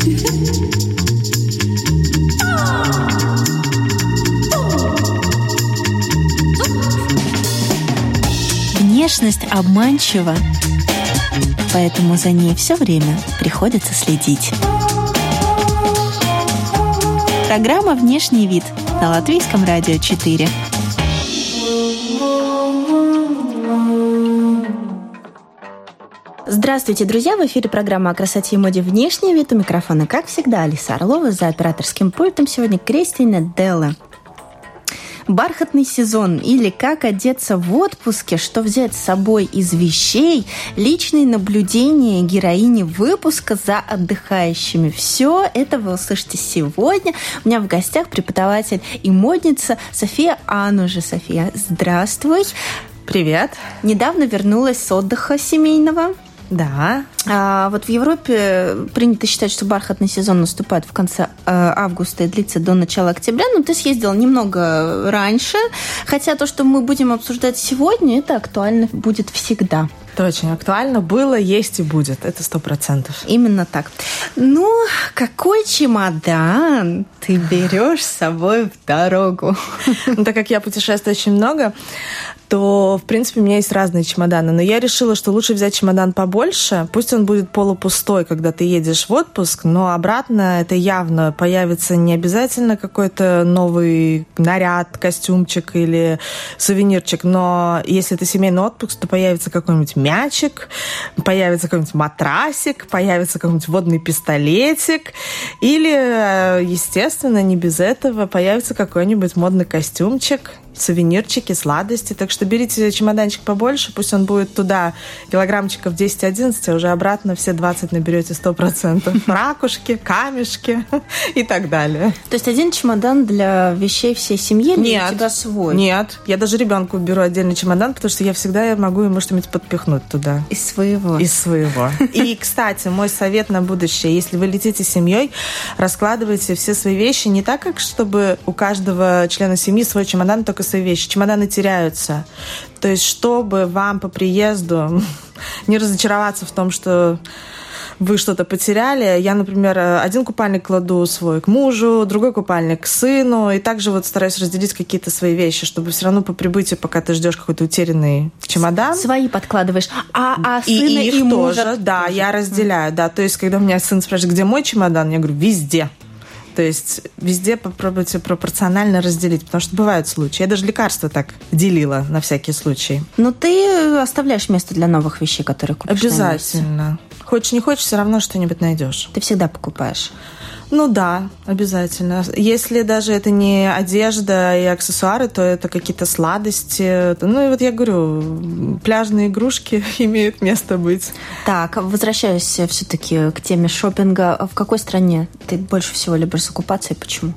Внешность обманчива, поэтому за ней все время приходится следить. Программа «Внешний вид» на Латвийском радио 4. Здравствуйте, друзья! В эфире программа о красоте и моде «Внешний вид». У микрофона, как всегда, Алиса Орлова. За операторским пультом сегодня Кристина Делла. Бархатный сезон или как одеться в отпуске, что взять с собой из вещей, личные наблюдения героини выпуска за отдыхающими. Все это вы услышите сегодня. У меня в гостях преподаватель и модница София Анужа. София, здравствуй. Привет. Недавно вернулась с отдыха семейного. Да. Вот в Европе принято считать, что бархатный сезон наступает в конце августа и длится до начала октября. Но ты съездила немного раньше, хотя то, что мы будем обсуждать сегодня, это актуально будет всегда. Это очень актуально. Было, есть и будет. Это 100%. Именно так. Ну, какой чемодан ты берешь с собой в дорогу? Ну, так как я путешествую очень много, то, в принципе, у меня есть разные чемоданы. Но я решила, что лучше взять чемодан побольше. Пусть он будет полупустой, когда ты едешь в отпуск, но обратно это явно появится не обязательно какой-то новый наряд, костюмчик или сувенирчик, но если это семейный отпуск, то появится какой-нибудь мячик, появится какой-нибудь матрасик, появится какой-нибудь водный пистолетик или, естественно, не без этого, появится какой-нибудь модный костюмчик, сувенирчики, сладости. Так что берите чемоданчик побольше, пусть он будет туда килограммчиков 10-11, а уже обратно все 20 наберете 100%. Ракушки, камешки и так далее. То есть один чемодан для вещей всей семьи или у тебя свой? Нет, я даже ребенку беру отдельный чемодан, потому что я всегда могу ему что-нибудь подпихнуть туда. Из своего? Из своего. И, кстати, мой совет на будущее. Если вы летите с семьей, раскладывайте все свои вещи не так, как чтобы у каждого члена семьи свой чемодан, только свои вещи. Чемоданы теряются. То есть, чтобы вам по приезду не разочароваться в том, что вы что-то потеряли. Я, например, один купальник кладу свой к мужу, другой купальник к сыну, и также вот стараюсь разделить какие-то свои вещи, чтобы все равно по прибытию, пока ты ждешь какой-то утерянный чемодан. Свои подкладываешь, а сына и их и мужа тоже. Да, я разделяю. Да. То есть, когда у меня сын спрашивает, где мой чемодан, я говорю, везде. То есть везде попробуйте пропорционально разделить, потому что бывают случаи. Я даже лекарства так делила на всякий случай. Но ты оставляешь место для новых вещей, которые купишь. Обязательно. Хочешь, не хочешь, все равно что-нибудь найдешь. Ты всегда покупаешь? Ну да, обязательно. Если даже это не одежда и аксессуары, то это какие-то сладости. Ну и вот я говорю, пляжные игрушки имеют место быть. Так, возвращаюсь все-таки к теме шопинга. В какой стране ты больше всего любишь закупаться и почему?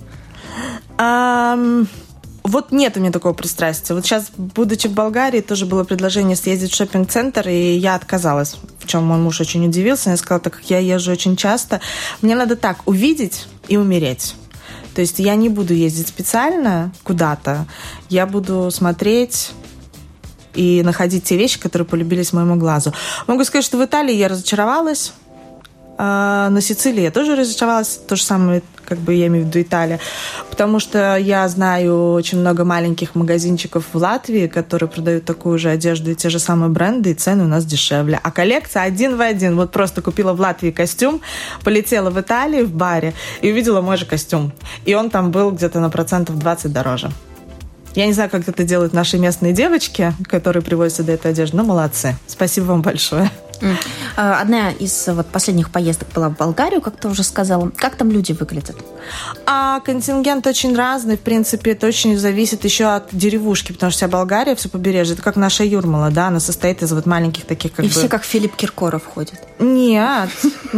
Вот нет у меня такого пристрастия. Вот сейчас, будучи в Болгарии, тоже было предложение съездить в шоппинг-центр, и я отказалась, в чем мой муж очень удивился. Я сказала, так как я езжу очень часто, мне надо так увидеть и умереть. То есть я не буду ездить специально куда-то, я буду смотреть и находить те вещи, которые полюбились моему глазу. Могу сказать, что в Италии я разочаровалась, на Сицилии я тоже разочаровалась, то же самое, как бы я имею в виду Италия, потому что я знаю очень много маленьких магазинчиков в Латвии, которые продают такую же одежду и те же самые бренды, и цены у нас дешевле. А коллекция один в один. Вот просто купила в Латвии костюм, полетела в Италию в баре и увидела мой же костюм. И он там был где-то на 20% дороже. Я не знаю, как это делают наши местные девочки, которые привозят сюда эту одежду, но молодцы. Спасибо вам большое. Одна из последних поездок была в Болгарию, как ты уже сказала. Как там люди выглядят? Контингент очень разный. В принципе, это очень зависит еще от деревушки, потому что вся Болгария, все побережье, это как наша Юрмала, да, она состоит из вот маленьких таких как бы... все как Филипп Киркоров ходят? Нет.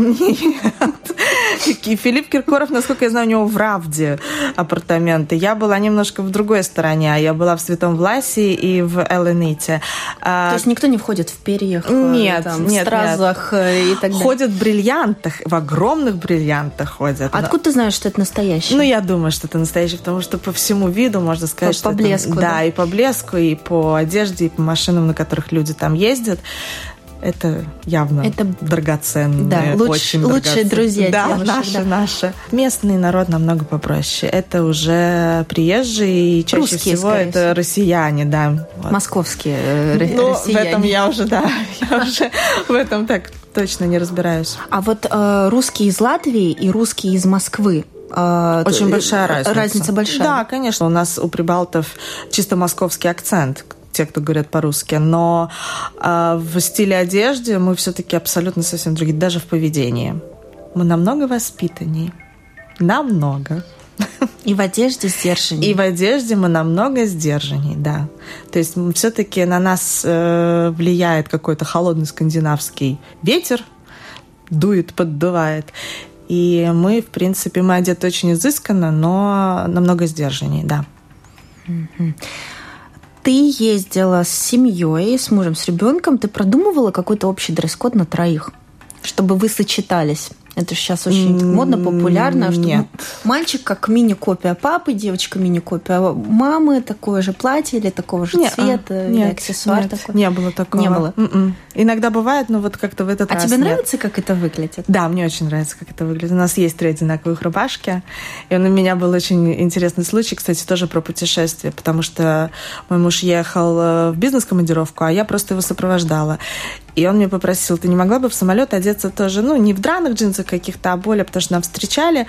Филипп Киркоров, насколько я знаю, у него в Равде апартаменты. Я была немножко в другой стороне. Я была в Святом Власии и в Элените. То есть никто не входит в перьях? Нет, в стразах и так далее? Ходят в бриллиантах, в огромных бриллиантах ходят. Откуда ты знаешь, что это настоящее? Ну, я думаю, что это настоящее, потому что по всему виду можно сказать, что по блеску, да, и по блеску, и по одежде, и по машинам, на которых люди там ездят. Это явно драгоценные, очень лучшие друзья девушек. Наши. Местный народ намного попроще. Это уже приезжие, и чаще всего это россияне, да. Московские россияне. В этом я уже в этом так точно не разбираюсь. А вот русские из Латвии и русские из Москвы, очень большая разница. Разница большая? Да, конечно. У нас у прибалтов чисто московский акцент, те, кто говорят по-русски, но в стиле одежды мы все-таки абсолютно совсем другие, даже в поведении. Мы намного воспитаннее. Намного. И в одежде сдержаннее. И в одежде мы намного сдержаннее, да. То есть все-таки на нас влияет какой-то холодный скандинавский ветер, дует, поддувает. И мы, в принципе, мы одеты очень изысканно, но намного сдержаннее, да. Ты ездила с семьей, с мужем, с ребенком. Ты продумывала какой-то общий дресс-код на троих, чтобы вы сочетались? Это же сейчас очень модно, популярно. Что нет. Мальчик как мини-копия папы, девочка мини-копия мамы, такое же платье или такого же цвета, или аксессуар такой. Не было такого. Не было? Иногда бывает, но вот как-то в этот раз тебе нравится, как это выглядит? Да, мне очень нравится, как это выглядит. У нас есть 3 одинаковых рубашки. И у меня был очень интересный случай, кстати, тоже про путешествие, потому что мой муж ехал в бизнес-командировку, а я просто его сопровождала. И он мне попросил, ты не могла бы в самолет одеться тоже, не в драных джинсах каких-то, а более, потому что нас встречали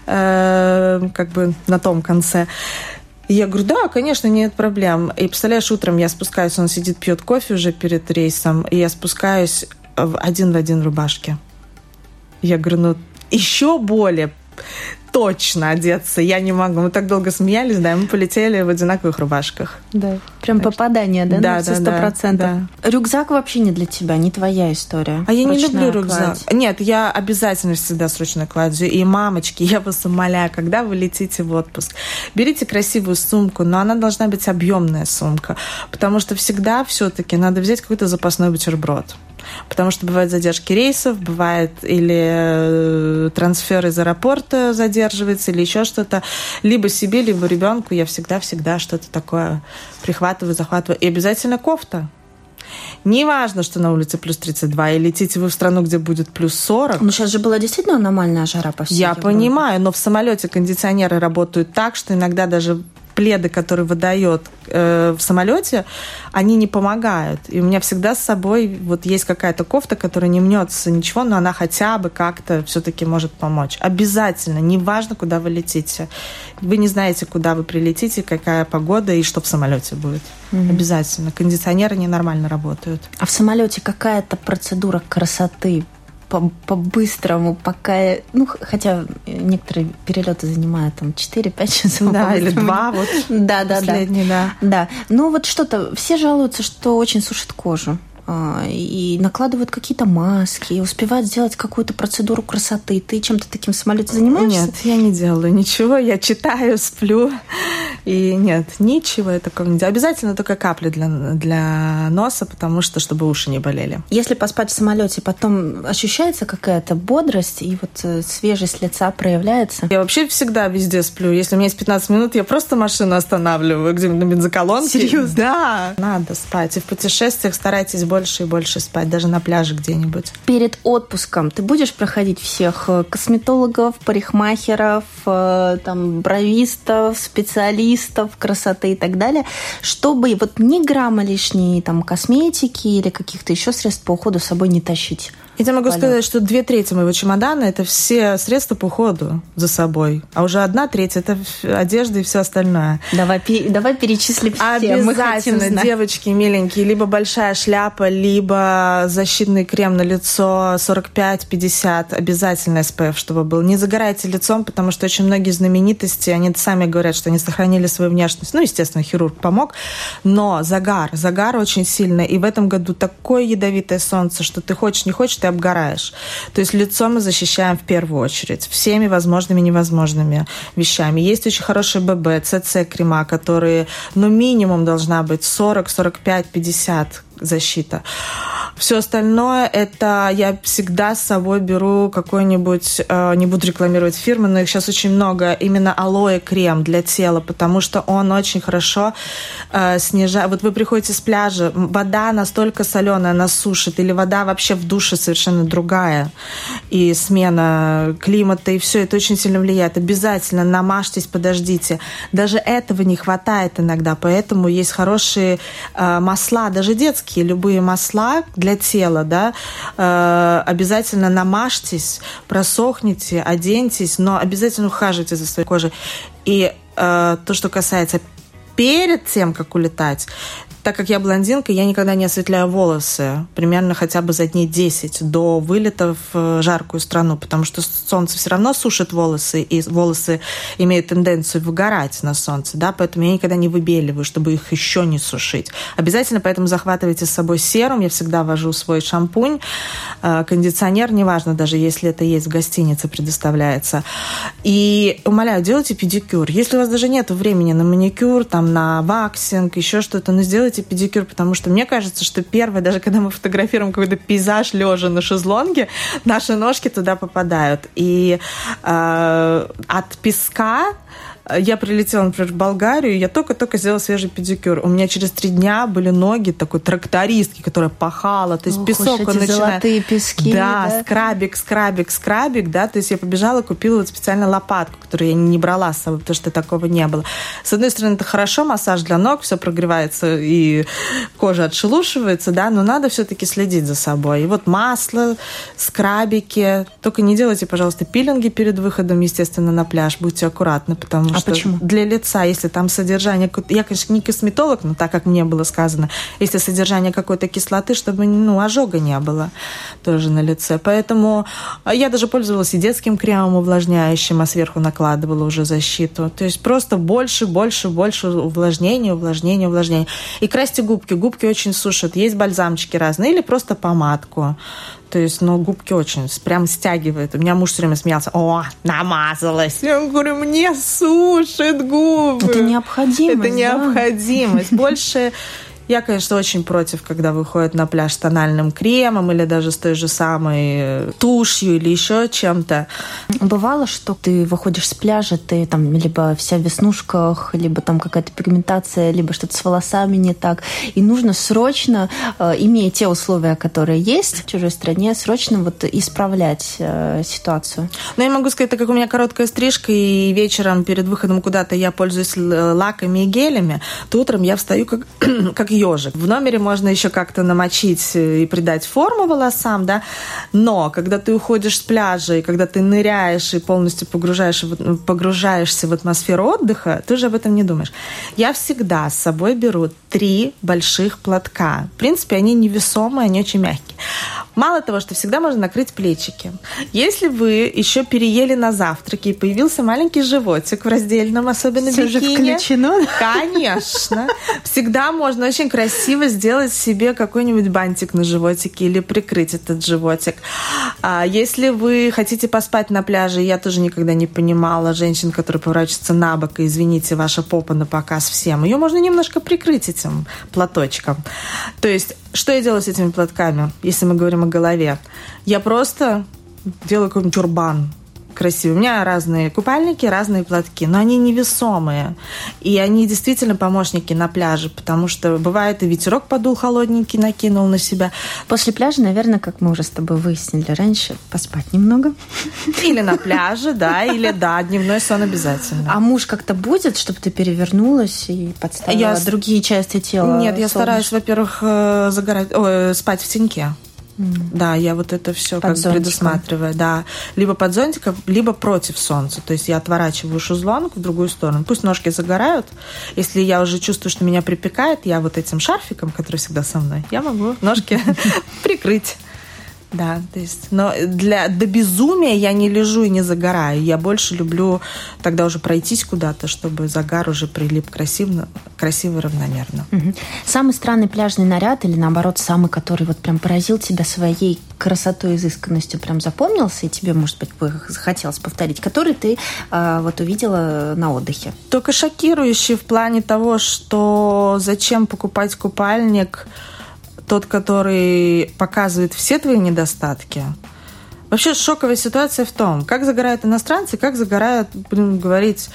как бы на том конце. И я говорю, да, конечно, нет проблем. И представляешь, утром я спускаюсь, он сидит, пьет кофе уже перед рейсом, и я спускаюсь один в один рубашке. Я говорю, еще более точно одеться я не могу. Мы так долго смеялись, да, и мы полетели в одинаковых рубашках. Да, прям так попадание, да, на все 100%. Да. Рюкзак вообще не для тебя, не твоя история. А я не люблю рюкзак. Нет, я обязательно всегда с ручной кладью. И, мамочки, я вас умоляю, когда вы летите в отпуск, берите красивую сумку, но она должна быть объемная сумка, потому что всегда все-таки надо взять какой-то запасной бутерброд. Потому что бывают задержки рейсов, бывает или трансфер из аэропорта задерживается, или еще что-то. Либо себе, либо ребенку я всегда что-то такое прихватываю, захватываю. И обязательно кофта. Не важно, что на улице плюс 32, и летите вы в страну, где будет плюс 40. Ну, сейчас же была действительно аномальная жара по всей Европе. Я понимаю, но в самолете кондиционеры работают так, что иногда даже пледы, которые выдает в самолете, они не помогают. И у меня всегда с собой вот есть какая-то кофта, которая не мнется ничего, но она хотя бы как-то все-таки может помочь. Обязательно, неважно, куда вы летите. Вы не знаете, куда вы прилетите, какая погода и что в самолете будет. Обязательно. Кондиционеры ненормально работают. А в самолете какая-то процедура красоты по-быстрому, пока... хотя некоторые перелеты занимают 4-5 часов. Да, или 2, вот. Да. Да. Ну, вот что-то... Все жалуются, что очень сушит кожу. И накладывают какие-то маски, и успевают сделать какую-то процедуру красоты. Ты чем-то таким в самолете занимаешься? Нет, я не делаю ничего. Я читаю, сплю. И нет, ничего я такого не делаю. Обязательно только капли для носа, потому что, чтобы уши не болели. Если поспать в самолете, потом ощущается какая-то бодрость, и вот свежесть лица проявляется? Я вообще всегда везде сплю. Если у меня есть 15 минут, я просто машину останавливаю где-нибудь на бензоколонке. Серьезно? Да. Надо спать. И в путешествиях старайтесь больше и больше спать, даже на пляже где-нибудь. Перед отпуском ты будешь проходить всех косметологов, парикмахеров, бровистов, специалистов красоты и так далее, чтобы вот ни грамма лишней косметики или каких-то еще средств по уходу с собой не тащить? Я тебе могу сказать, что 2/3 моего чемодана – это все средства по уходу за собой. А уже 1/3 – это одежда и все остальное. Давай перечислим все. Обязательно, девочки миленькие, либо большая шляпа, либо защитный крем на лицо 45-50. Обязательно SPF, чтобы был. Не загорайте лицом, потому что очень многие знаменитости, они сами говорят, что они сохранили свою внешность. Естественно, хирург помог. Но загар очень сильный. И в этом году такое ядовитое солнце, что ты хочешь, не хочешь, ты обгораешь. То есть лицо мы защищаем в первую очередь всеми возможными и невозможными вещами. Есть очень хорошие ББ, ЦЦ крема, которые, минимум должна быть 40, 45, 50 защита. Все остальное, это я всегда с собой беру какой-нибудь, не буду рекламировать фирмы, но их сейчас очень много, именно алоэ крем для тела, потому что он очень хорошо снижает. Вот вы приходите с пляжа, вода настолько соленая, она сушит, или вода вообще в душе совершенно другая, и смена климата, и все это очень сильно влияет. Обязательно намажьтесь, подождите. Даже этого не хватает иногда, поэтому есть хорошие масла, даже детские, любые масла для тела, да, обязательно намажьтесь, просохните, оденьтесь, но обязательно ухаживайте за своей кожей. И то, что касается перед тем, как улетать, так как я блондинка, я никогда не осветляю волосы, примерно хотя бы за дней 10 до вылета в жаркую страну, потому что солнце все равно сушит волосы, и волосы имеют тенденцию выгорать на солнце, да, поэтому я никогда не выбеливаю, чтобы их еще не сушить. Обязательно поэтому захватывайте с собой серум, я всегда вожу свой шампунь, кондиционер, неважно, даже если это есть в гостинице, предоставляется. И умоляю, делайте педикюр. Если у вас даже нет времени на маникюр, там, на ваксинг, еще что-то, но сделайте педикюр, потому что мне кажется, что первое, даже когда мы фотографируем какой-то пейзаж лежа на шезлонге, наши ножки туда попадают. И от песка я прилетела, например, в Болгарию, я только-только сделала свежий педикюр. У меня через 3 дня были ноги такой трактористки, которая пахала. То есть песок, он начинает... золотые пески. Да, скрабик, да. То есть я побежала, купила вот специально лопатку, которую я не брала с собой, потому что такого не было. С одной стороны, это хорошо, массаж для ног, все прогревается и кожа отшелушивается, да, но надо все-таки следить за собой. И вот масло, скрабики. Только не делайте, пожалуйста, пилинги перед выходом, естественно, на пляж. Будьте аккуратны, потому что почему? Для лица, если там содержание... Я, конечно, не косметолог, но так, как мне было сказано, если содержание какой-то кислоты, чтобы ожога не было тоже на лице. Поэтому я даже пользовалась и детским кремом увлажняющим, а сверху накладывала уже защиту. То есть просто больше увлажнения. И красьте губки. Губки очень сушат. Есть бальзамчики разные или просто помадку. То есть, губки очень прям стягивает. У меня муж все время смеялся. О, намазалась. Я говорю, мне сушит губы. Это необходимость. Это необходимость. Больше... Я, конечно, очень против, когда выходят на пляж с тональным кремом или даже с той же самой тушью или еще чем-то. Бывало, что ты выходишь с пляжа, ты там либо вся в веснушках, либо там какая-то пигментация, либо что-то с волосами не так. И нужно срочно, имея те условия, которые есть в чужой стране, срочно вот исправлять ситуацию. Но я могу сказать, так как у меня короткая стрижка, и вечером перед выходом куда-то я пользуюсь лаками и гелями, то утром я встаю как ежик. В номере можно еще как-то намочить и придать форму волосам, да, но когда ты уходишь с пляжа, и когда ты ныряешь и полностью погружаешься в атмосферу отдыха, ты уже об этом не думаешь. Я всегда с собой беру 3 больших платка. В принципе, они невесомые, они очень мягкие. Мало того, что всегда можно накрыть плечики. Если вы еще переели на завтраке и появился маленький животик в раздельном, особенно все бикини. Все же включено? Конечно. Всегда можно очень красиво сделать себе какой-нибудь бантик на животике или прикрыть этот животик. Если вы хотите поспать на пляже, я тоже никогда не понимала женщин, которые поворачиваются на бок, и, извините, ваша попа на показ всем. Ее можно немножко прикрыть этим платочком. То есть, что я делаю с этими платками, если мы говорим о голове? Я просто делаю какой-нибудь тюрбан красивый. У меня разные купальники, разные платки, но они невесомые. И они действительно помощники на пляже, потому что бывает и ветерок подул холодненький, накинул на себя. После пляжа, наверное, как мы уже с тобой выяснили раньше, поспать немного. Или на пляже, да, или да, дневной сон обязательно. А муж как-то будет, чтобы ты перевернулась и подставила другие части тела? Нет, я стараюсь, во-первых, спать в теньке. Да, я вот это все как предусматриваю. Да. Либо под зонтиком, либо против солнца. То есть я отворачиваю шезлонг в другую сторону. Пусть ножки загорают. Если я уже чувствую, что меня припекает, я вот этим шарфиком, который всегда со мной, я могу ножки прикрыть. Да, то есть, но до безумия я не лежу и не загораю. Я больше люблю тогда уже пройтись куда-то, чтобы загар уже прилип красиво и равномерно. Угу. Самый странный пляжный наряд или, наоборот, самый, который вот прям поразил тебя своей красотой и изысканностью, прям запомнился, и тебе, может быть, захотелось повторить, который ты вот увидела на отдыхе? Только шокирующий в плане того, что зачем покупать купальник тот, который показывает все твои недостатки. Вообще шоковая ситуация в том, как загорают иностранцы, как загорают, будем говорить,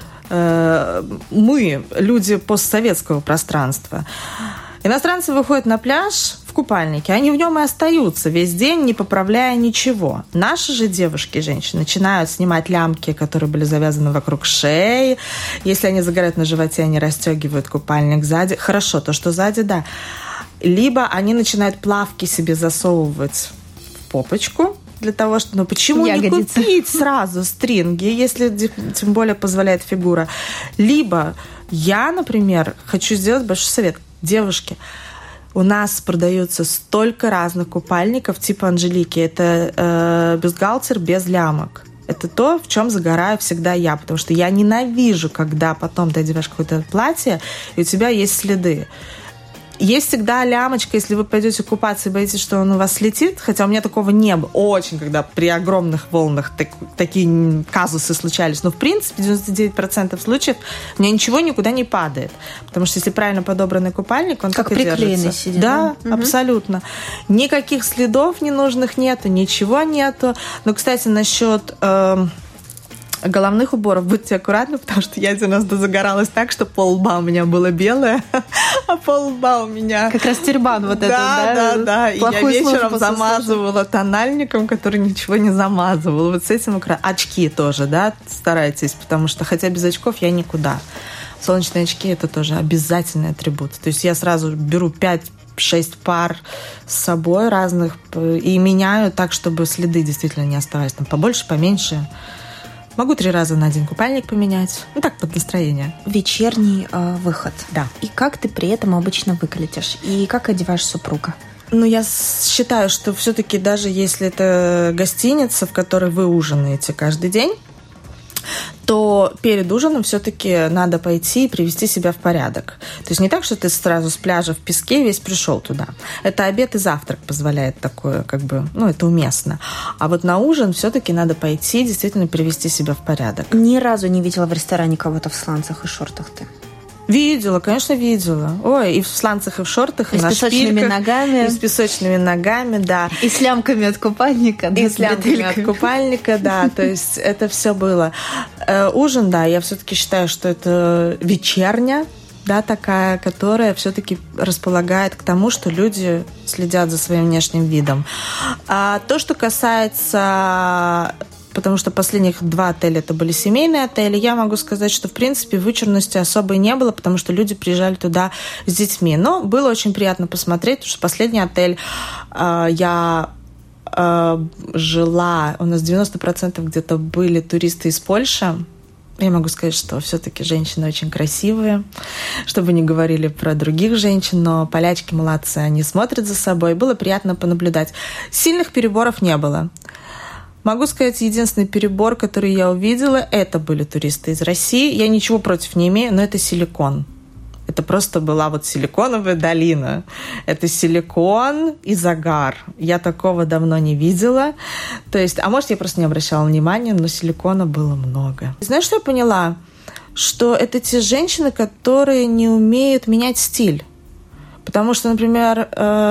мы, люди постсоветского пространства. Иностранцы выходят на пляж в купальнике, они в нем и остаются весь день, не поправляя ничего. Наши же девушки и женщины начинают снимать лямки, которые были завязаны вокруг шеи. Если они загорают на животе, они расстегивают купальник сзади. Хорошо, то, что сзади, да. Либо они начинают плавки себе засовывать в попочку, для того, что... Ну, почему ягодицы не купить сразу стринги, если тем более позволяет фигура? Либо я, например, хочу сделать большой совет. Девушки, у нас продается столько разных купальников типа Анжелики. Это бюстгальтер без лямок. Это то, в чем загораю всегда я, потому что я ненавижу, когда потом ты одеваешь какое-то платье, и у тебя есть следы. Есть всегда лямочка, если вы пойдете купаться и боитесь, что он у вас слетит, хотя у меня такого не было. Очень, когда при огромных волнах такие казусы случались. Но, в принципе, 99% случаев у меня ничего никуда не падает. Потому что если правильно подобранный купальник, он как и держится. Сидит, да, абсолютно. Никаких следов ненужных нету, ничего нету. Но, кстати, насчет... головных уборов, будьте аккуратны, потому что я один раз загоралась так, что поллба у меня было белое, а поллба у меня... Как раз тюрбан вот этот, да? Да. И я вечером замазывала тональником, который ничего не замазывал. Вот с этим очки тоже, да, старайтесь, потому что хотя без очков я никуда. Солнечные очки – это тоже обязательный атрибут. То есть я сразу беру 5-6 пар с собой разных и меняю так, чтобы следы действительно не оставались. Там побольше, поменьше. Могу 3 раза на день купальник поменять. Ну, так, под настроение. Вечерний выход. Да. И как ты при этом обычно выглядишь? И как одеваешь супруга? Ну, я считаю, что все-таки даже если это гостиница, в которой вы ужинаете каждый день, то перед ужином все-таки надо пойти и привести себя в порядок. То есть не так, что ты сразу с пляжа в песке весь пришел туда. Это обед и завтрак позволяет такое, как бы, ну, это уместно. А вот на ужин все-таки надо пойти действительно привести себя в порядок. Ни разу не видела в ресторане кого-то в сланцах и шортах ты? Видела, конечно, видела. Ой, и в сланцах, и в шортах, и на шпильках. И с песочными ногами. И с песочными ногами, да. И с лямками от купальника. И с лямками от купальника, да. То есть это все было. Ужин, да, я все-таки считаю, что это вечерня, да, такая, которая все-таки располагает к тому, что люди следят за своим внешним видом. А то, что касается... Потому что последних 2 отеля это были семейные отели. Я могу сказать, что, в принципе, вычурности особой не было, потому что люди приезжали туда с детьми. Но было очень приятно посмотреть, потому что последний отель я жила... У нас 90% где-то были туристы из Польши. Я могу сказать, что все-таки женщины очень красивые, чтобы не говорили про других женщин, но полячки молодцы, они смотрят за собой. Было приятно понаблюдать. Сильных переборов не было. Могу сказать, единственный перебор, который я увидела, это были туристы из России. Я ничего против не имею, но это силикон. Это просто была вот силиконовая долина. Это силикон и загар. Я такого давно не видела. То есть, а может, я просто не обращала внимания, но силикона было много. Знаешь, что я поняла? Что это те женщины, которые не умеют менять стиль. Потому что, например...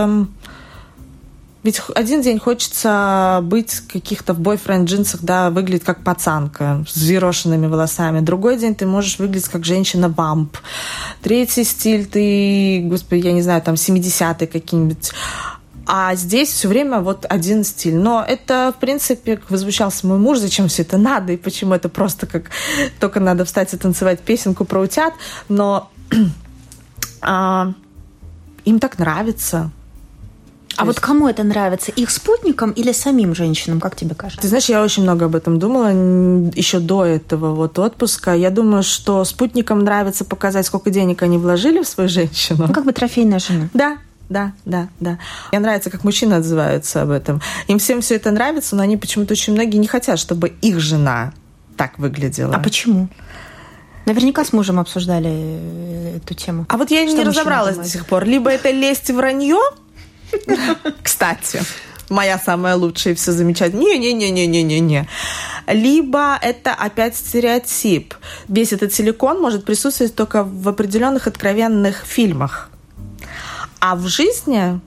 Ведь один день хочется быть каких-то в бойфренд-джинсах, да, выглядеть как пацанка с взъерошенными волосами. Другой день ты можешь выглядеть как женщина-вамп. Третий стиль ты, господи, я не знаю, там 70-е какие-нибудь. А здесь все время вот один стиль. Но это, в принципе, как возмущался мой муж, зачем все это надо, и почему это просто как только надо встать и танцевать песенку про утят. Но им так нравится. А вот кому это нравится? Их спутникам или самим женщинам, как тебе кажется? Ты знаешь, я очень много об этом думала еще до этого вот отпуска. Я думаю, что спутникам нравится показать, сколько денег они вложили в свою женщину. Ну, как бы трофейная жена. Да. Мне нравится, как мужчины отзываются об этом. Им всем все это нравится, но они почему-то очень многие не хотят, чтобы их жена так выглядела. А почему? Наверняка с мужем обсуждали эту тему. А вот я не разобралась до сих пор. Либо это лесть и вранье, кстати, моя самая лучшая, и все замечательно. Не. Либо это опять стереотип. Весь этот силикон может присутствовать только в определенных откровенных фильмах. А в жизни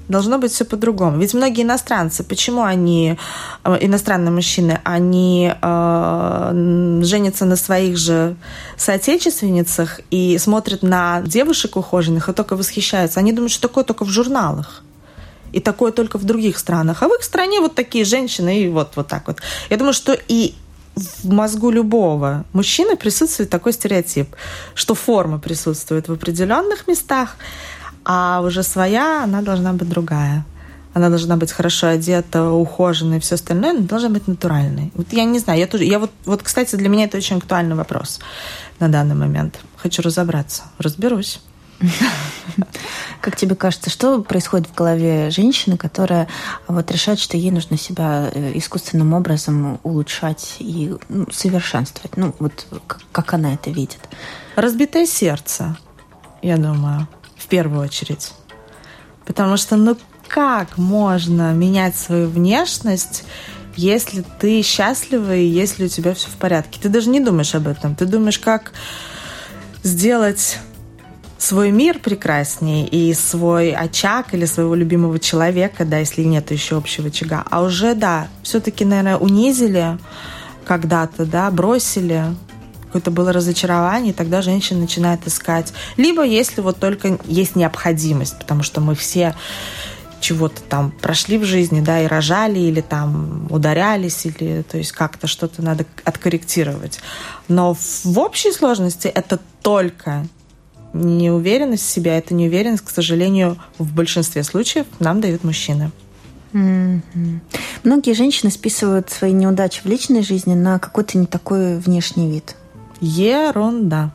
Должно быть все по-другому. Ведь многие иностранцы, почему они, иностранные мужчины, они женятся на своих же соотечественницах и смотрят на девушек ухоженных и только восхищаются. Они думают, что такое только в журналах. И такое только в других странах. А в их стране вот такие женщины, и вот так вот. Я думаю, что и в мозгу любого мужчины присутствует такой стереотип, что форма присутствует в определенных местах, а уже своя, она должна быть другая. Она должна быть хорошо одета, ухоженной, и все остальное, она должна быть натуральной. Вот я не знаю, кстати, для меня это очень актуальный вопрос на данный момент. Хочу разобраться. Разберусь. Как тебе кажется, что происходит в голове женщины, которая вот решает, что ей нужно себя искусственным образом улучшать и совершенствовать? Вот как она это видит? Разбитое сердце, я думаю, в первую очередь. Потому что, как можно менять свою внешность, если ты счастлива и если у тебя все в порядке? Ты даже не думаешь об этом. Ты думаешь, как сделать свой мир прекраснее и свой очаг или своего любимого человека, да, если нет еще общего очага. А уже, да, все-таки, наверное, унизили когда-то, да, бросили, какое-то было разочарование, и тогда женщина начинает искать. Либо если вот только есть необходимость, потому что мы все чего-то там прошли в жизни, да, и рожали, или там ударялись, или, то есть как-то что-то надо откорректировать. Но в общей сложности это только неуверенность в себе, это неуверенность, к сожалению, в большинстве случаев нам дают мужчины. Mm-hmm. Многие женщины списывают свои неудачи в личной жизни на какой-то не такой внешний вид. Ерунда.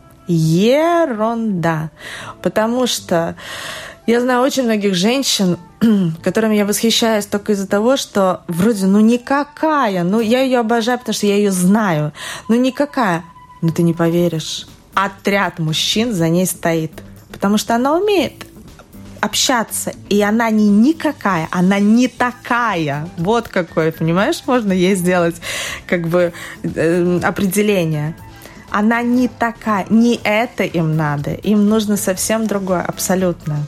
Потому что я знаю очень многих женщин, которыми я восхищаюсь только из-за того, что вроде, никакая, я ее обожаю, потому что я ее знаю, никакая. Но ты не поверишь. Отряд мужчин за ней стоит. Потому что она умеет общаться. И она не никакая, она не такая. Вот какое, понимаешь, можно ей сделать определение. Она не такая. Не это им надо. Им нужно совсем другое, абсолютно.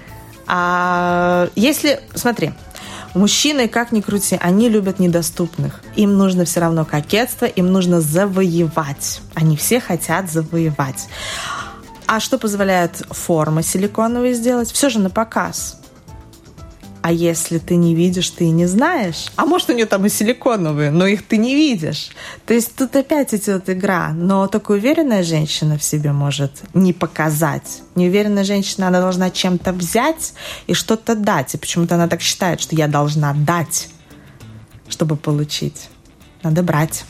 А если, смотри, мужчины, как ни крути, они любят недоступных. Им нужно все равно кокетство, им нужно завоевать. Они все хотят завоевать. А что позволяет форма силиконовая сделать? Все же на показ. А если ты не видишь, ты и не знаешь. А может, у нее там и силиконовые, но их ты не видишь. То есть тут опять идет игра. Но только уверенная женщина в себе может не показать. Неуверенная женщина, она должна чем-то взять и что-то дать. И почему-то она так считает, что я должна дать, чтобы получить. Надо брать,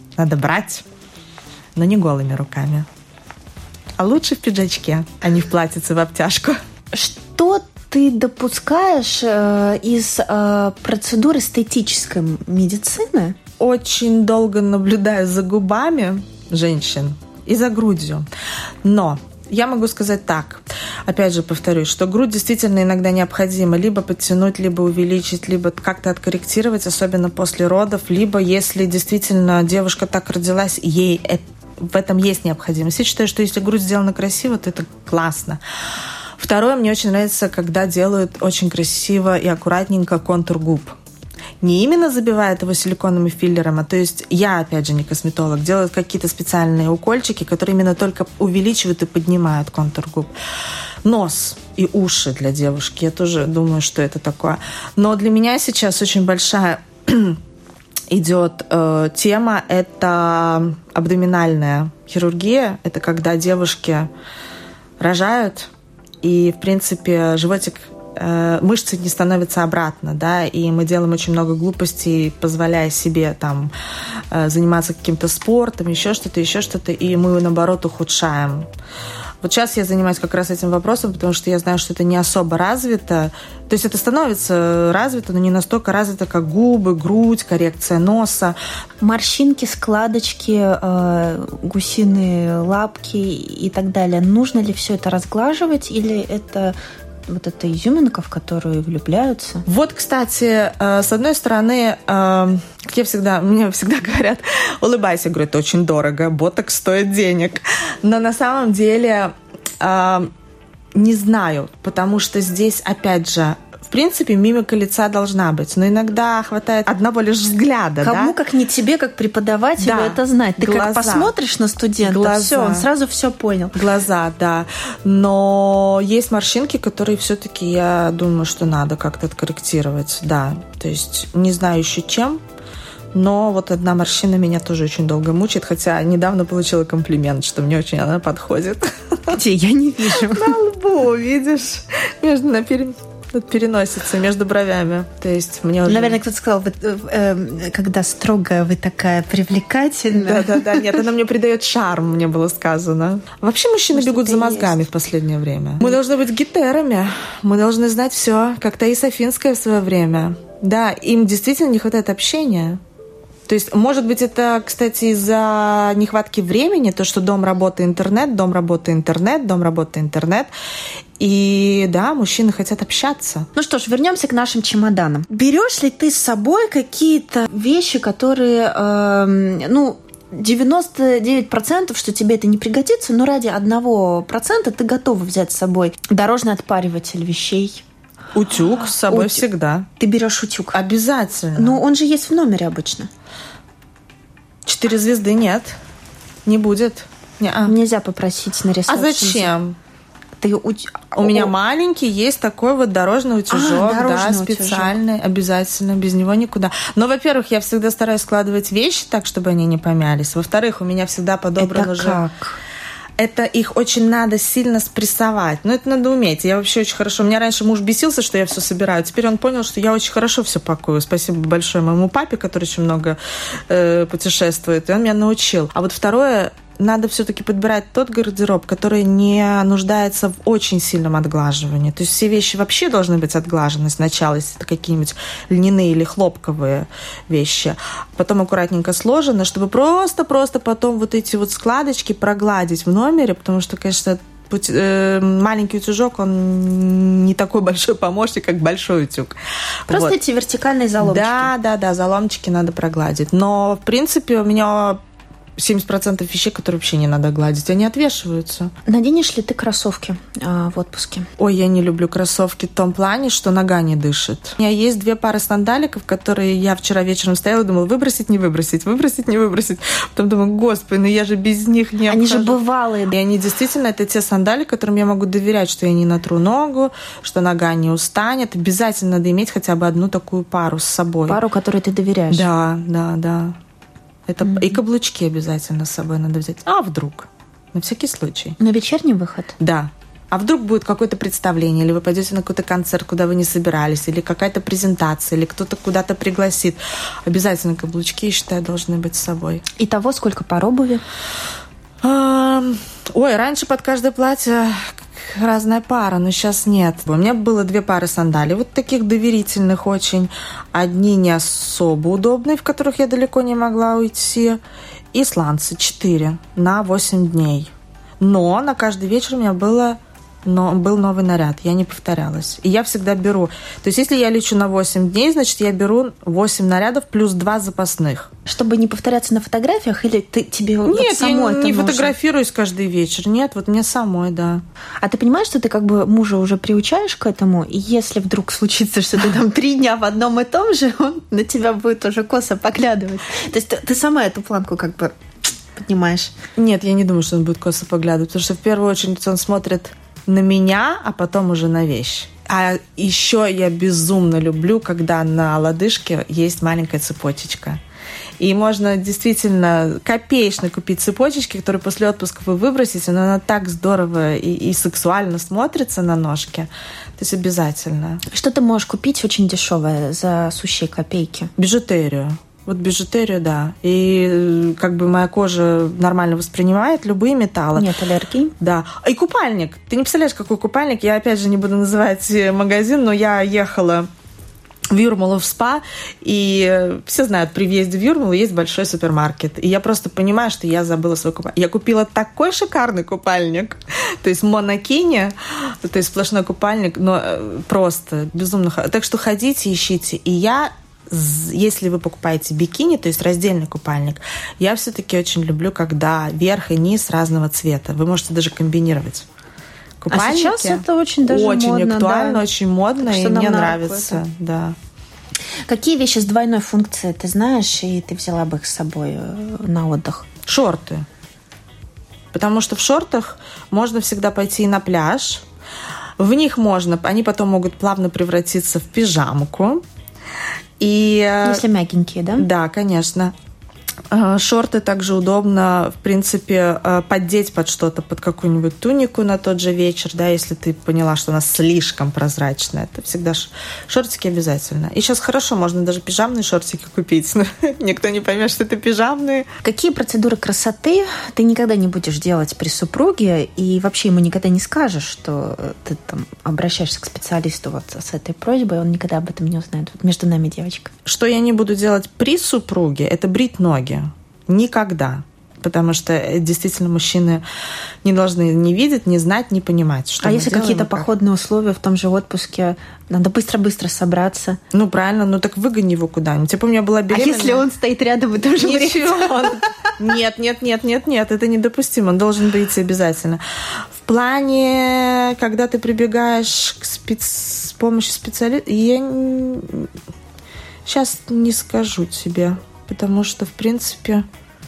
но не голыми руками. А лучше в пиджачке, а не в платьице в обтяжку. Что ты допускаешь из процедур эстетической медицины? Очень долго наблюдаю за губами женщин и за грудью. Но я могу сказать так, опять же повторюсь, что грудь действительно иногда необходимо либо подтянуть, либо увеличить, либо как-то откорректировать, особенно после родов, либо если действительно девушка так родилась, ей в этом есть необходимость. Я считаю, что если грудь сделана красиво, то это классно. Второе, мне очень нравится, когда делают очень красиво и аккуратненько контур губ. Не именно забивают его силиконовым филлером, то есть я, опять же, не косметолог, делают какие-то специальные укольчики, которые именно только увеличивают и поднимают контур губ. Нос и уши для девушки, я тоже думаю, что это такое. Но для меня сейчас очень большая идет тема, это абдоминальная хирургия. Это когда девушки рожают, и, в принципе, животик, мышцы не становятся обратно, да, и мы делаем очень много глупостей, позволяя себе там заниматься каким-то спортом, еще что-то, и мы, наоборот, ухудшаем. Вот сейчас я занимаюсь как раз этим вопросом, потому что я знаю, что это не особо развито. То есть это становится развито, но не настолько развито, как губы, грудь, коррекция носа. Морщинки, складочки, гусиные лапки и так далее. Нужно ли все это разглаживать или это вот эта изюминка, в которую влюбляются? Вот, кстати, с одной стороны, как мне всегда говорят, улыбайся, говорю, это очень дорого, ботокс стоит денег. Но на самом деле не знаю, потому что здесь, опять же, в принципе, мимика лица должна быть. Но иногда хватает одного лишь взгляда. Кому, как не тебе, как преподавателю, это знать. Ты как посмотришь на студента, все, он сразу все понял. Глаза, да. Но есть морщинки, которые все-таки, я думаю, что надо как-то откорректировать. Да, то есть не знаю еще чем, но вот одна морщина меня тоже очень долго мучает, хотя недавно получила комплимент, что мне очень она подходит. Где? Я не вижу. На лбу, видишь? На переносице, между бровями. То есть мне уже... Наверное, кто-то сказал, когда строгая, вы такая привлекательная. Да. Нет, она мне придает шарм, мне было сказано. Вообще мужчины бегут за мозгами в последнее время. Мы должны быть гетерами. Мы должны знать все, как Таиса Афинская в свое время. Да, им действительно не хватает общения. То есть, может быть, это, кстати, из-за нехватки времени, то, что дом, работа, интернет, дом, работа, интернет, дом, работа, интернет. И да, мужчины хотят общаться. Ну что ж, вернемся к нашим чемоданам. Берешь ли ты с собой какие-то вещи, которые, 99%, что тебе это не пригодится, но ради 1% ты готова взять с собой дорожный отпариватель вещей? Утюг с собой всегда. Ты берешь утюг? Обязательно. Но он же есть в номере обычно. 4 звезды нет. Не будет. Нельзя попросить на ресепшн. А зачем? У меня маленький есть такой вот дорожный утюжок, специальный, утюжок. Обязательно, без него никуда. Но, во-первых, я всегда стараюсь складывать вещи так, чтобы они не помялись. Во-вторых, у меня всегда подобран уже... Как? Это их очень надо сильно спрессовать. Но это надо уметь. Я вообще очень хорошо... У меня раньше муж бесился, что я все собираю. Теперь он понял, что я очень хорошо все пакую. Спасибо большое моему папе, который очень много путешествует. И он меня научил. А вот второе... Надо все-таки подбирать тот гардероб, который не нуждается в очень сильном отглаживании. То есть все вещи вообще должны быть отглажены сначала, если это какие-нибудь льняные или хлопковые вещи. Потом аккуратненько сложено, чтобы просто потом вот эти вот складочки прогладить в номере, потому что, конечно, маленький утюжок, он не такой большой помощник, как большой утюг. Просто эти вертикальные заломчики. Да, заломчики надо прогладить. Но, в принципе, у меня 70% вещей, которые вообще не надо гладить, они отвешиваются. Наденешь ли ты кроссовки в отпуске? Ой, я не люблю кроссовки в том плане, что нога не дышит. У меня есть 2 пары сандаликов, которые я вчера вечером стояла и думала, выбросить, не выбросить, выбросить, не выбросить. Потом думаю, господи, я же без них не обхожу. Они же бывалые. И они действительно, это те сандали, которым я могу доверять, что я не натру ногу, что нога не устанет. Обязательно надо иметь хотя бы одну такую пару с собой. Пару, которой ты доверяешь. Да. Это и каблучки обязательно с собой надо взять. А вдруг? На всякий случай. На вечерний выход? Да. А вдруг будет какое-то представление, или вы пойдете на какой-то концерт, куда вы не собирались, или какая-то презентация, или кто-то куда-то пригласит. Обязательно каблучки, я считаю, должны быть с собой. Итого сколько пар обуви? Ой, раньше под каждое платье разная пара, но сейчас нет. У меня было 2 пары сандалий, вот таких доверительных очень. Одни не особо удобные, в которых я далеко не могла уйти. И сланцы 4 на 8 дней. Но на каждый вечер у меня был новый наряд, я не повторялась. И я всегда беру. То есть, если я лечу на 8 дней, значит, я беру 8 нарядов плюс 2 запасных. Чтобы не повторяться на фотографиях, или тебе Нет, вот самой я не фотографируюсь каждый вечер. Нет, вот мне самой, да. А ты понимаешь, что ты как бы мужа уже приучаешь к этому, и если вдруг случится, что ты там 3 дня в одном и том же, он на тебя будет уже косо поглядывать. То есть ты сама эту планку как бы поднимаешь? Нет, я не думаю, что он будет косо поглядывать, потому что в первую очередь он смотрит на меня, а потом уже на вещь. А еще я безумно люблю, когда на лодыжке есть маленькая цепочечка. И можно действительно копеечно купить цепочечки, которые после отпуска вы выбросите, но она так здорово и сексуально смотрится на ножке. То есть обязательно. Что ты можешь купить очень дешевое за сущие копейки? Бижутерию. Вот бижутерию, да. И как бы моя кожа нормально воспринимает любые металлы. Нет аллергии? Да. И купальник. Ты не представляешь, какой купальник. Я, опять же, не буду называть магазин, но я ехала в Юрмалу в спа, и все знают, при въезде в Юрмалу есть большой супермаркет. И я просто понимаю, что я забыла свой купальник. Я купила такой шикарный купальник, то есть монокини, то есть сплошной купальник, но просто безумно. Так что ходите, ищите. И если вы покупаете бикини, то есть раздельный купальник, я все-таки очень люблю, когда верх и низ разного цвета. Вы можете даже комбинировать купальники. А сейчас это очень даже очень модно. Актуально, да. очень модно, и мне нравится. Да. Какие вещи с двойной функцией ты знаешь, и ты взяла бы их с собой на отдых? Шорты. Потому что в шортах можно всегда пойти на пляж. В них можно, они потом могут плавно превратиться в пижамку. Если мягенькие, да? Да, конечно. Шорты также удобно, в принципе, поддеть под что-то, под какую-нибудь тунику на тот же вечер, да, если ты поняла, что она слишком прозрачная. Это всегда шортики обязательно. И сейчас хорошо, можно даже пижамные шортики купить, но никто не поймет, что это пижамные. Какие процедуры красоты ты никогда не будешь делать при супруге, и вообще ему никогда не скажешь, что ты там обращаешься к специалисту вот с этой просьбой, он никогда об этом не узнает. Вот между нами, девочка. Что я не буду делать при супруге, это брить ноги. Никогда. Потому что действительно мужчины не должны не видеть, не знать, не понимать, что мы если делаем, какие-то походные условия в том же отпуске, надо быстро-быстро собраться. Ну, правильно, ну так выгони его куда-нибудь. Типа у меня была беременная. А если он стоит рядом и тоже Ничего. Нет, это недопустимо. Он должен бриться обязательно. В плане, когда ты прибегаешь с помощью специалиста, я сейчас не скажу тебе. Потому что, в принципе...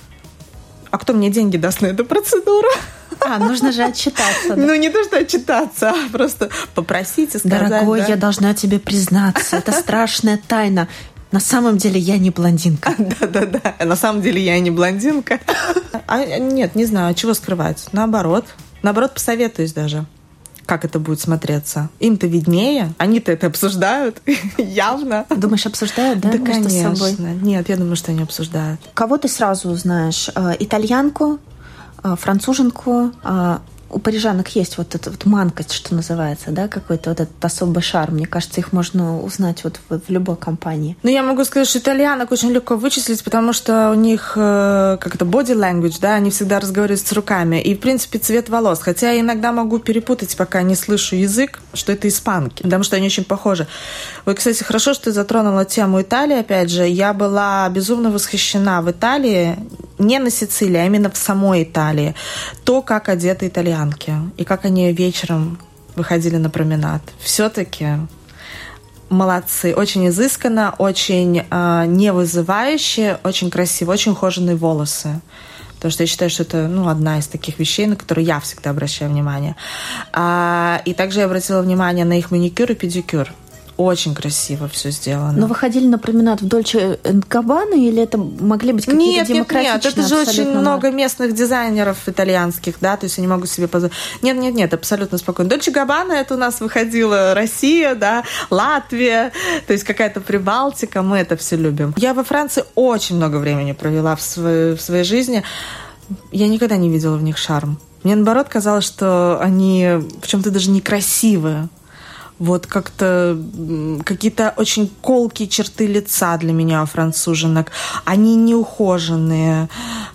А кто мне деньги даст на эту процедуру? Нужно же отчитаться. Да? Ну, не то, что отчитаться, а просто попросить и сказать. Дорогой, да? я должна тебе признаться, это страшная тайна. На самом деле я не блондинка. Да. На самом деле я не блондинка. Нет, не знаю, чего скрывать. Наоборот, посоветуюсь даже. Как это будет смотреться. Им-то виднее. Они-то это обсуждают явно. Думаешь, обсуждают, да? Да, между конечно. собой? Нет, я думаю, что они обсуждают. Кого ты сразу узнаешь? Итальянку, француженку? У парижанок есть вот эта вот манкость, что называется, да, какой-то вот этот особый шарм. Мне кажется, их можно узнать вот в любой компании. Ну, я могу сказать, что итальянок очень легко вычислить, потому что у них как-то body language, да, они всегда разговаривают с руками. И, в принципе, цвет волос. Хотя я иногда могу перепутать, пока не слышу язык, что это испанки, потому что они очень похожи. Вот, кстати, хорошо, что ты затронула тему Италии, опять же. Я была безумно восхищена в Италии, не на Сицилии, а именно в самой Италии. То, как одеты итальянки. И как они вечером выходили на променад. Все-таки молодцы. Очень изысканно, очень не вызывающе, очень красиво, очень ухоженные волосы. Потому что я считаю, что это одна из таких вещей, на которые я всегда обращаю внимание. И также я обратила внимание на их маникюр и педикюр. Очень красиво все сделано. Но вы ходили на променад в Дольче & Габбана, или это могли быть какие-то демократичные? Нет, это же очень много местных дизайнеров итальянских, да, то есть они могут себе позволить. Нет, абсолютно спокойно. Дольче & Габбана, это у нас выходила Россия, да, Латвия, то есть какая-то Прибалтика, мы это все любим. Я во Франции очень много времени провела в своей жизни. Я никогда не видела в них шарм. Мне, наоборот, казалось, что они в чем-то даже некрасивые. Вот как-то какие-то очень колкие черты лица для меня у француженок. Они неухоженные.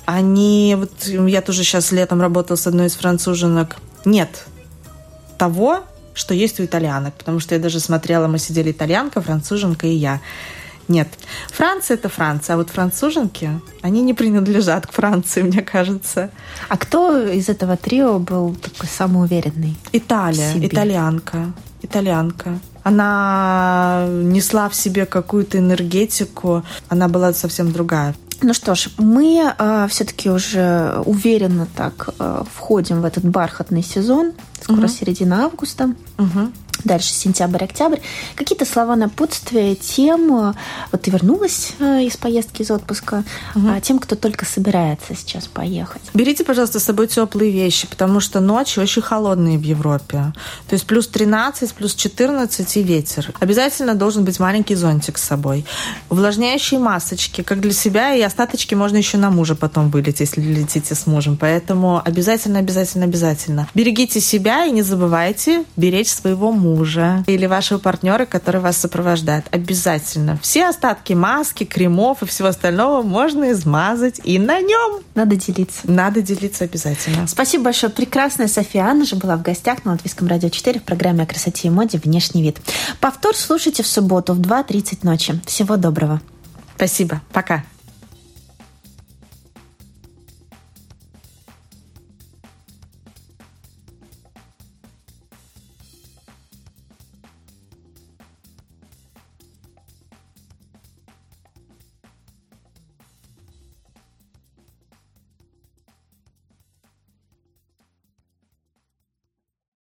Я тоже сейчас летом работала с одной из француженок. Нет того, что есть у итальянок. Потому что я даже смотрела, мы сидели итальянка, француженка и я. Нет. Франция – это Франция, а вот француженки, они не принадлежат к Франции, мне кажется. А кто из этого трио был такой самый уверенный? Итальянка. Она несла в себе какую-то энергетику, она была совсем другая. Ну что ж, мы все-таки уже уверенно так входим в этот бархатный сезон. Скоро середина августа. Дальше сентябрь-октябрь. Какие-то слова напутствия тем, вот ты вернулась из поездки, из отпуска, тем, кто только собирается сейчас поехать. Берите, пожалуйста, с собой теплые вещи, потому что ночи очень холодные в Европе. То есть плюс 13, плюс 14 и ветер. Обязательно должен быть маленький зонтик с собой. Увлажняющие масочки, как для себя, и остаточки можно еще на мужа потом вылить, если летите с мужем. Поэтому обязательно. Берегите себя и не забывайте беречь своего мужа или вашего партнера, который вас сопровождает. Обязательно. Все остатки маски, кремов и всего остального можно измазать и на нем. Надо делиться обязательно. Спасибо большое. Прекрасная София Анна же была в гостях на Латвийском радио 4 в программе о красоте и моде «Внешний вид». Повтор слушайте в субботу в 2:30 ночи. Всего доброго. Спасибо. Пока.